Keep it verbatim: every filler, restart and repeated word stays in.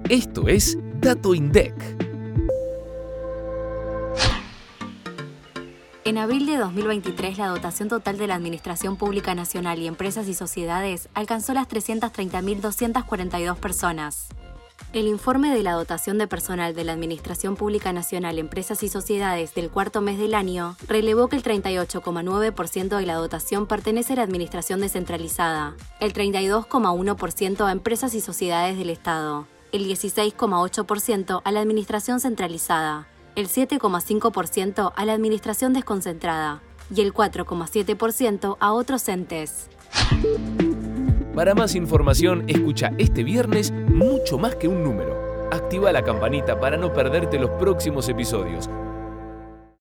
Esto es Dato INDEC. En abril de dos mil veintitrés, la dotación total de la Administración Pública Nacional y Empresas y Sociedades alcanzó las trescientas treinta mil doscientas cuarenta y dos personas. El informe de la dotación de personal de la Administración Pública Nacional, Empresas y Sociedades del cuarto mes del año relevó que el treinta y ocho coma nueve por ciento de la dotación pertenece a la Administración descentralizada, el treinta y dos coma uno por ciento a empresas y sociedades del Estado, el dieciséis coma ocho por ciento a la Administración centralizada, el siete coma cinco por ciento a la Administración desconcentrada y el cuatro coma siete por ciento a otros entes. Para más información, escucha este viernes Mucho Más que un Número. Activa la campanita para no perderte los próximos episodios.